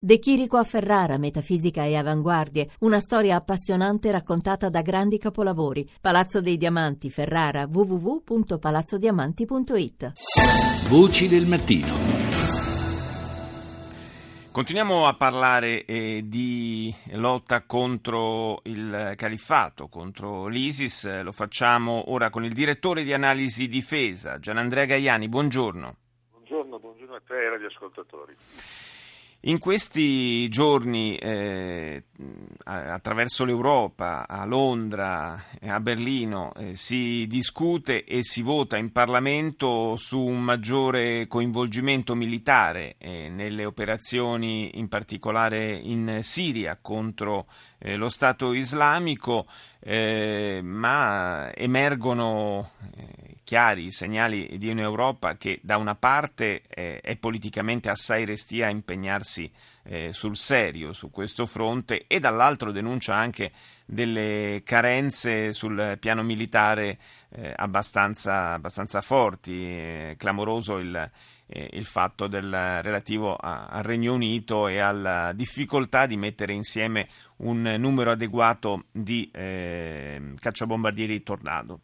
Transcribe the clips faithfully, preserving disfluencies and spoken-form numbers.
De Chirico a Ferrara, metafisica e avanguardie, una storia appassionante raccontata da grandi capolavori. Palazzo dei Diamanti, Ferrara, w w w punto palazzo diamanti punto it. Voci del mattino. Continuiamo a parlare eh, di lotta contro il califfato, contro l'ISIS. Lo facciamo ora con il direttore di analisi difesa, Gianandrea Gaiani. Buongiorno. Buongiorno, buongiorno a te e ai radioascoltatori. In questi giorni eh, attraverso l'Europa, a Londra e a Berlino eh, si discute e si vota in Parlamento su un maggiore coinvolgimento militare eh, nelle operazioni, in particolare in Siria contro eh, lo Stato islamico, eh, ma emergono eh, chiari segnali di un'Europa che da una parte eh, è politicamente assai restia a impegnarsi eh, sul serio su questo fronte e dall'altro denuncia anche delle carenze sul piano militare eh, abbastanza, abbastanza forti. È clamoroso il, eh, il fatto del relativo a, al Regno Unito e alla difficoltà di mettere insieme un numero adeguato di eh, cacciabombardieri Tornado.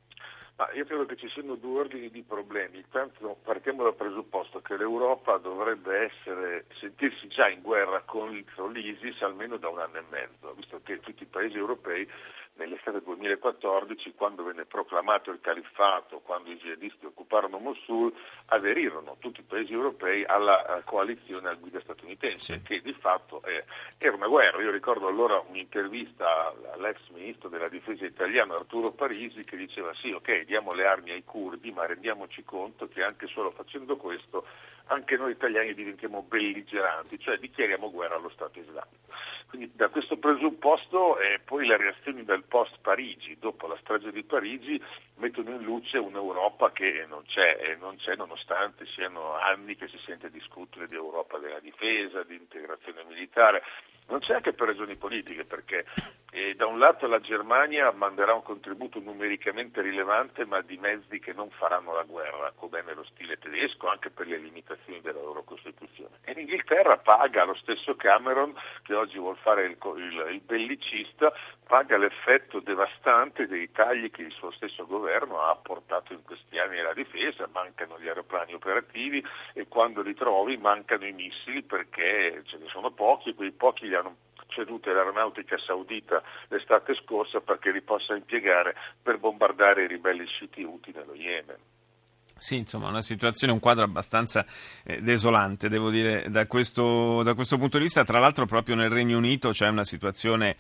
Ma io credo che ci siano due ordini di problemi. Intanto partiamo dal presupposto che l'Europa dovrebbe essere, sentirsi già in guerra contro l'ISIS almeno da un anno e mezzo, visto che tutti i paesi europei nell'estate duemilaquattordici, quando venne proclamato il califfato, quando i jihadisti occuparono Mosul, aderirono tutti i paesi europei alla coalizione a guida statunitense, sì, che di fatto è, era una guerra. Io ricordo allora un'intervista all'ex ministro della difesa italiano Arturo Parisi che diceva sì, ok, diamo le armi ai curdi, ma rendiamoci conto che anche solo facendo questo anche noi italiani diventiamo belligeranti, cioè dichiariamo guerra allo Stato islamico. Quindi da questo presupposto e eh, poi le reazioni del post Parigi, dopo la strage di Parigi, mettono in luce un'Europa che non c'è, e non c'è nonostante siano anni che si sente discutere di Europa della difesa, di integrazione militare. Non c'è anche per ragioni politiche, perché eh, da un lato la Germania manderà un contributo numericamente rilevante, ma di mezzi che non faranno la guerra, come è nello stile tedesco, anche per le limitazioni della loro Costituzione. E l'Inghilterra paga, lo stesso Cameron, che oggi vuol fare il, il, il bellicista, paga l'effetto devastante dei tagli che il suo stesso governo ha apportato in questi anni alla difesa. Mancano gli aeroplani operativi e quando li trovi mancano i missili, perché ce ne sono pochi, quei pochi li hanno cedute l'aeronautica saudita l'estate scorsa perché li possa impiegare per bombardare i ribelli sciiti Houthi nello Yemen. Sì, insomma, una situazione, un quadro abbastanza eh, desolante, devo dire, da questo, da questo punto di vista. Tra l'altro proprio nel Regno Unito c'è una situazione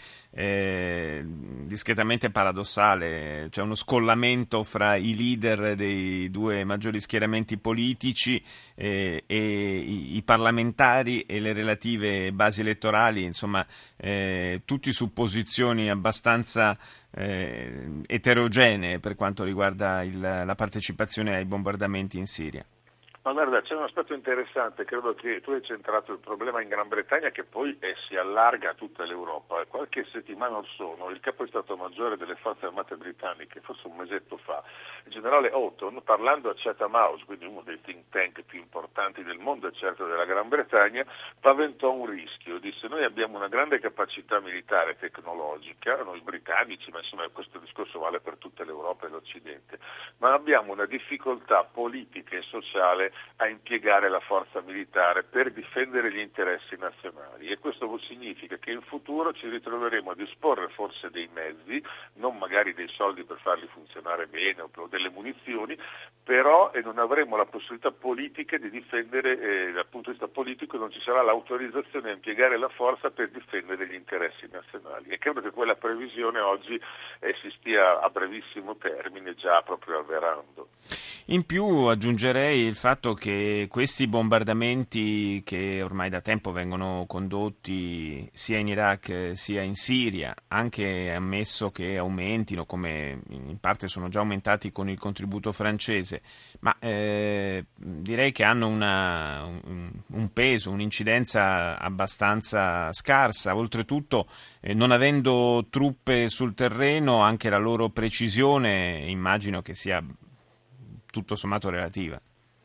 eh, discretamente paradossale, c'è uno scollamento fra i leader dei due maggiori schieramenti politici eh, e i, i parlamentari e le relative basi elettorali, insomma, eh, tutti su posizioni abbastanza Eh, eterogenee per quanto riguarda il, la partecipazione ai bombardamenti in Siria. Ma guarda, c'è un aspetto interessante, credo che tu hai centrato il problema in Gran Bretagna che poi eh, si allarga a tutta l'Europa. Qualche settimana or sono il capo di Stato Maggiore delle Forze Armate britanniche, forse un mesetto fa, il generale Houghton, parlando a Chatham House, quindi uno dei think tank più importanti del mondo e certo della Gran Bretagna, paventò un rischio, disse noi abbiamo una grande capacità militare e tecnologica, noi britannici, ma insomma questo discorso vale per tutta l'Europa e l'Occidente, ma abbiamo una difficoltà politica e sociale a impiegare la forza militare per difendere gli interessi nazionali e questo significa che in futuro ci ritroveremo a disporre forse dei mezzi, non magari dei soldi per farli funzionare bene o delle munizioni, però e non avremo la possibilità politica di difendere, eh, dal punto di vista politico non ci sarà l'autorizzazione a impiegare la forza per difendere gli interessi nazionali e credo che quella previsione oggi eh, si stia a brevissimo termine già proprio avverando. In più aggiungerei il fatto che questi bombardamenti che ormai da tempo vengono condotti sia in Iraq sia in Siria, anche ammesso che aumentino, come in parte sono già aumentati con il contributo francese, ma eh, direi che hanno una, un, un peso, un'incidenza abbastanza scarsa. Oltretutto, eh, non avendo truppe sul terreno, anche la loro precisione immagino che sia tutto sommato relativa.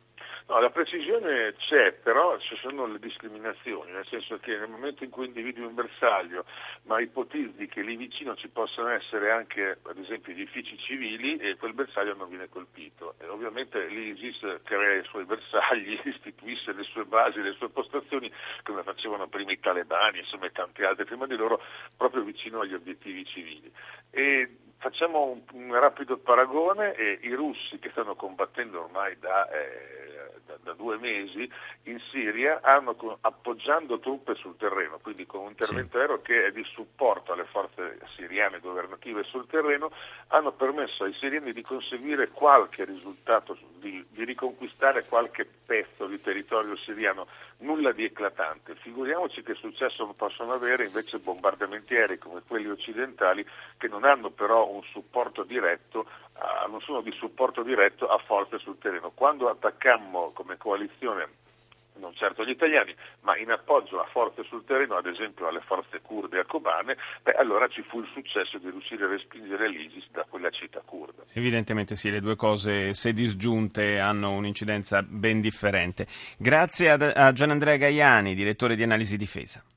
No, la precisione c'è, però ci sono le discriminazioni, nel senso che nel momento in cui individui un bersaglio, ma ipotizzi che lì vicino ci possano essere anche, ad esempio, edifici civili, e quel bersaglio non viene colpito. E ovviamente l'ISIS crea i suoi bersagli, istituisce le sue basi, le sue postazioni, come facevano prima i talebani, insomma, e tanti altri prima di loro, proprio vicino agli obiettivi civili. E facciamo un, un rapido paragone, e i russi che stanno combattendo ormai da, eh, da, da due mesi in Siria hanno, appoggiando truppe sul terreno, quindi con un intervento aereo che è di supporto alle forze siriane governative sul terreno, hanno permesso ai siriani di conseguire qualche risultato, di, di riconquistare qualche pezzo di territorio siriano, nulla di eclatante. Figuriamoci che successo possono avere invece bombardamenti aerei come quelli occidentali, che non hanno però un supporto diretto, uh, non sono di supporto diretto a forze sul terreno. Quando attaccammo come coalizione, non certo gli italiani, ma in appoggio a forze sul terreno, ad esempio alle forze kurde a Kobane, beh, allora ci fu il successo di riuscire a respingere l'ISIS da quella città kurda. Evidentemente sì, le due cose, se disgiunte, hanno un'incidenza ben differente. Grazie a, a Gianandrea Gaiani, direttore di Analisi Difesa.